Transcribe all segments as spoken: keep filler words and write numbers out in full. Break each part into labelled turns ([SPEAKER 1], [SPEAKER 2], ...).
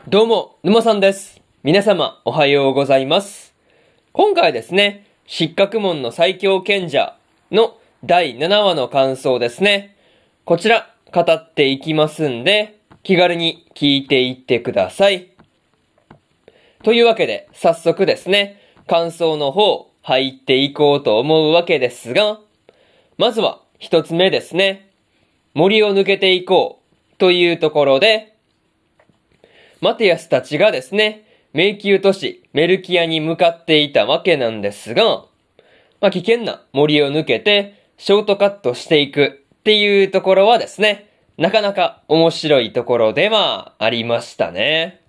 [SPEAKER 1] どうも、沼さんです。皆様、おはようございます。今回はですね、失格門の最強賢者のだいななわの感想ですね。こちら、語っていきますんで、気軽に聞いていってください。というわけで、早速ですね、感想の方、入っていこうと思うわけですが、まずは一つ目ですね。森を抜けていこうというところで、マティアスたちがですね、迷宮都市メルキアに向かっていたわけなんですが、まあ、危険な森を抜けてショートカットしていくっていうところはですね、なかなか面白いところではありましたね。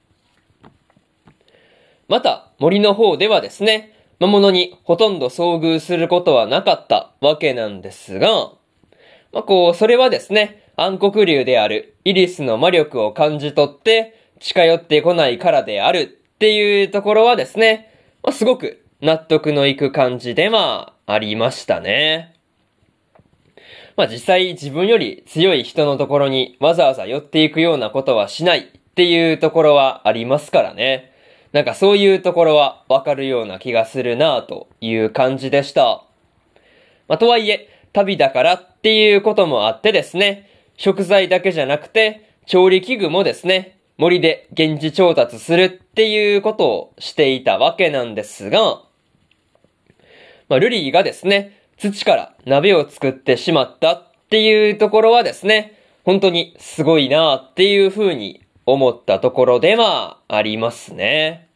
[SPEAKER 1] また森の方ではですね、魔物にほとんど遭遇することはなかったわけなんですが、まあ、こう、それはですね、暗黒竜であるイリスの魔力を感じ取って近寄ってこないからであるっていうところはですね、まあ、すごく納得のいく感じではありましたね。まあ実際自分より強い人のところにわざわざ寄っていくようなことはしないっていうところはありますからね。なんかそういうところはわかるような気がするなぁという感じでした。まあとはいえ、旅だからっていうこともあってですね、食材だけじゃなくて調理器具もですね、森で現地調達するっていうことをしていたわけなんですが、まあ、ルリーがですね、土から鍋を作ってしまったっていうところはですね、本当にすごいなっていう風に思ったところではありますね。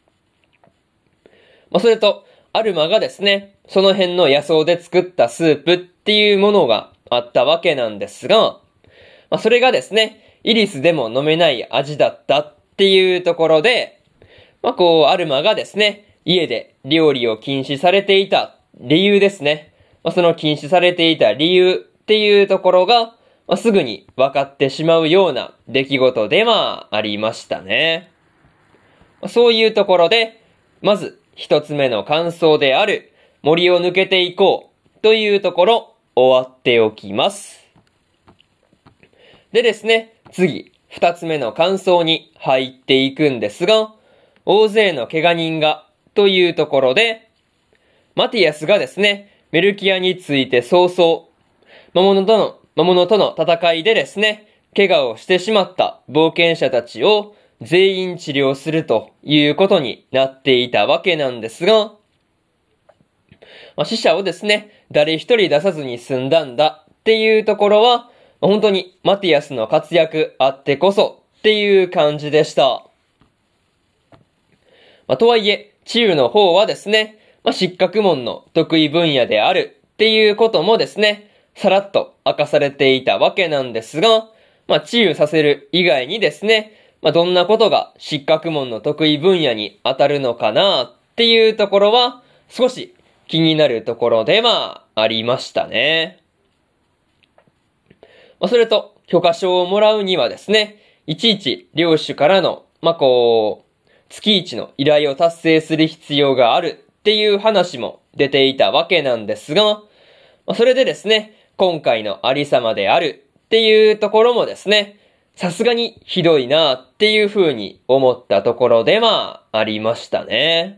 [SPEAKER 1] まあ、それと、アルマがですね、その辺の野草で作ったスープっていうものがあったわけなんですが、まあ、それがですね、イリスでも飲めない味だったっていうところで、まあ、こう、アルマがですね、家で料理を禁止されていた理由ですね。まあ、その禁止されていた理由っていうところが、まあ、すぐに分かってしまうような出来事ではありましたね。まあ、そういうところで、まず一つ目の感想である森を抜けていこうというところ終わっておきます。でですね、次、二つ目の感想に入っていくんですが、大勢の怪我人が、というところで、マティアスがですね、メルキアについて早々、魔物との、魔物との戦いでですね、怪我をしてしまった冒険者たちを全員治療するということになっていたわけなんですが、まあ、死者をですね、誰一人出さずに済んだんだっていうところは、本当にマティアスの活躍あってこそっていう感じでした。まあ、とはいえ、治癒の方はですね、まあ、失格門の得意分野であるっていうこともですね、さらっと明かされていたわけなんですが、まあ、治癒させる以外にですね、まあ、どんなことが失格門の得意分野に当たるのかなっていうところは、少し気になるところではありましたね。まあ、それと、許可証をもらうにはですね、いちいち領主からの、まあ、こう、月一の依頼を達成する必要があるっていう話も出ていたわけなんですが、まあ、それでですね、今回のありさまであるっていうところもですね、さすがにひどいなっていう風に思ったところではありましたね。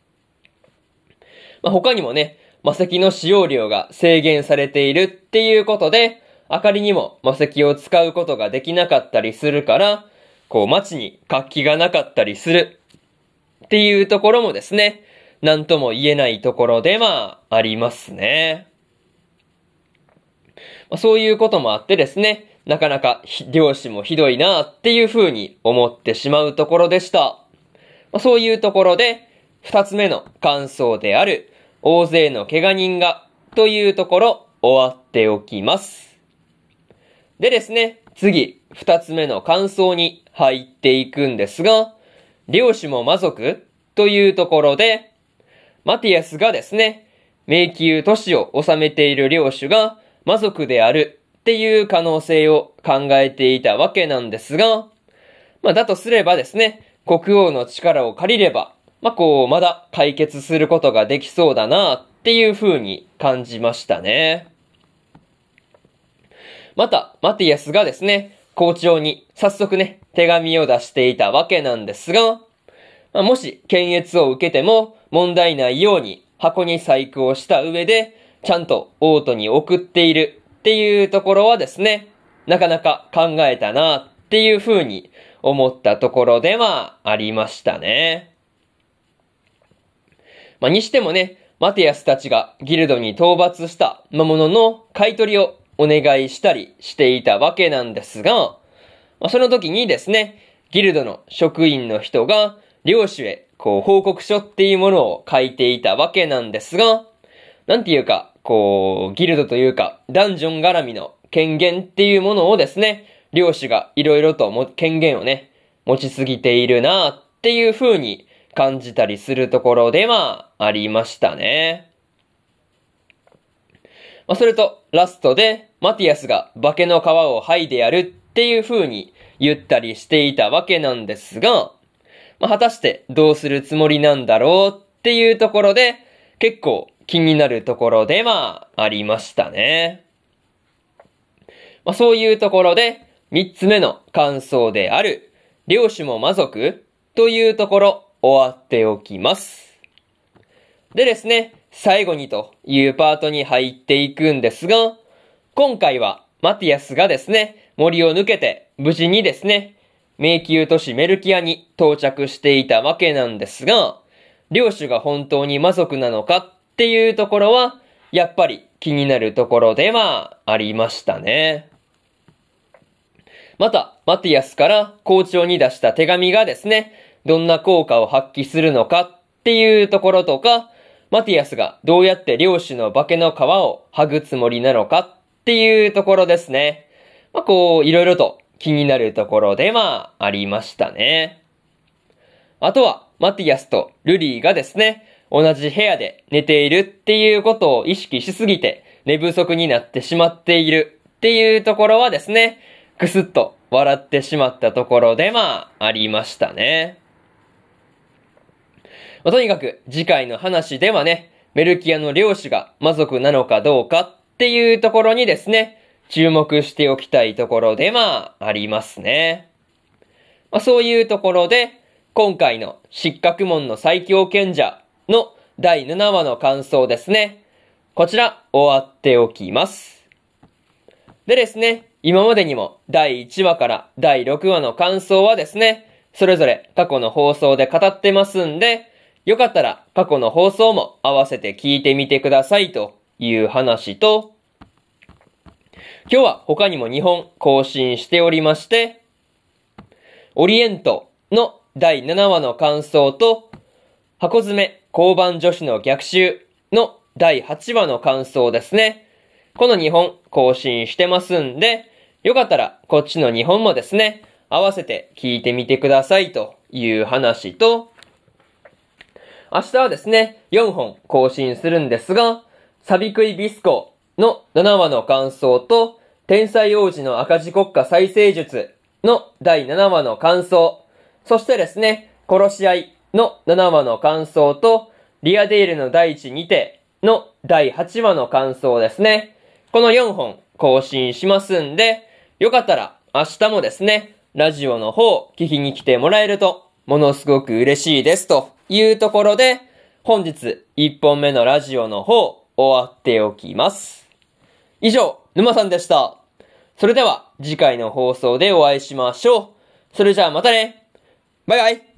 [SPEAKER 1] まあ、他にもね、魔石の使用量が制限されているっていうことで、明かりにも魔石を使うことができなかったりするから、こう街に活気がなかったりするっていうところもですね、なんとも言えないところではありますね。まあ、そういうこともあってですね、なかなか漁師もひどいなっていう風に思ってしまうところでした。まあ、そういうところで、二つ目の感想である、大勢の怪我人が、というところ終わっておきます。でですね、次、二つ目の感想に入っていくんですが、領主も魔族というところで、マティアスがですね、迷宮都市を治めている領主が魔族であるっていう可能性を考えていたわけなんですが、まあだとすればですね、国王の力を借りれば、まあこう、まだ解決することができそうだなっていう風に感じましたね。また、マティアスがですね、 校長に早速ね、手紙を出していたわけなんですが、まあ、もし検閲を受けても問題ないように箱に細工をした上で、ちゃんと王都に送っているっていうところはですね、なかなか考えたなっていう風に思ったところではありましたね。まあ、にしてもね、マティアスたちがギルドに討伐した魔物の買い取りをお願いしたりしていたわけなんですが、まあ、その時にですね、ギルドの職員の人が領主へこう報告書っていうものを書いていたわけなんですが、なんていうか、こう、ギルドというか、ダンジョン絡みの権限っていうものをですね、領主がいろいろとも権限をね、持ちすぎているなっていう風に感じたりするところではありましたね。まあ、それと、ラストで、マティアスが化けの皮を剥いでやるっていう風に言ったりしていたわけなんですが、まあ、果たしてどうするつもりなんだろうっていうところで、結構気になるところではありましたね。まあ、そういうところで、三つ目の感想である、領主も魔族というところ、終わっておきます。でですね、最後にというパートに入っていくんですが、今回はマティアスがですね、森を抜けて無事にですね、迷宮都市メルキアに到着していたわけなんですが、領主が本当に魔族なのかっていうところは、やっぱり気になるところではありましたね。また、マティアスから校長に出した手紙がですね、どんな効果を発揮するのかっていうところとか、マティアスがどうやって領主の化けの皮を剥ぐつもりなのかっていうところですね。まあ、こう、いろいろと気になるところではありましたね。あとは、マティアスとルリーがですね、同じ部屋で寝ているっていうことを意識しすぎて寝不足になってしまっているっていうところはですね、くすっと笑ってしまったところではありましたね。まあ、とにかく次回の話ではね、メルキアの領主が魔族なのかどうかっていうところにですね、注目しておきたいところではありますね。まあ、そういうところで、今回の失格門の最強賢者のだいななわの感想ですね。こちら終わっておきます。でですね、今までにもだいいちわからだいろくわの感想はですね、それぞれ過去の放送で語ってますんで、よかったら過去の放送も合わせて聞いてみてくださいという話と、今日は他にもにほん更新しておりまして、オリエントのだいななわの感想と、箱詰め交番女子の逆襲のだいはちわの感想ですね。このにほん更新してますんで、よかったらこっちのにほんもですね、合わせて聞いてみてくださいという話と、明日はですね、よんほん更新するんですが、サビクイビスコのななわの感想と、天才王子の赤字国家再生術のだいななわの感想、そしてですね、殺し合いのななわの感想と、リアデールの大地にてのだいはちわの感想ですね。このよんほん更新しますんで、よかったら明日もですね、ラジオの方聞きに来てもらえると、ものすごく嬉しいですというところで、本日いっぽんめのラジオの方終わっておきます。以上、沼さんでした。それでは次回の放送でお会いしましょう。それじゃあまたね。バイバイ。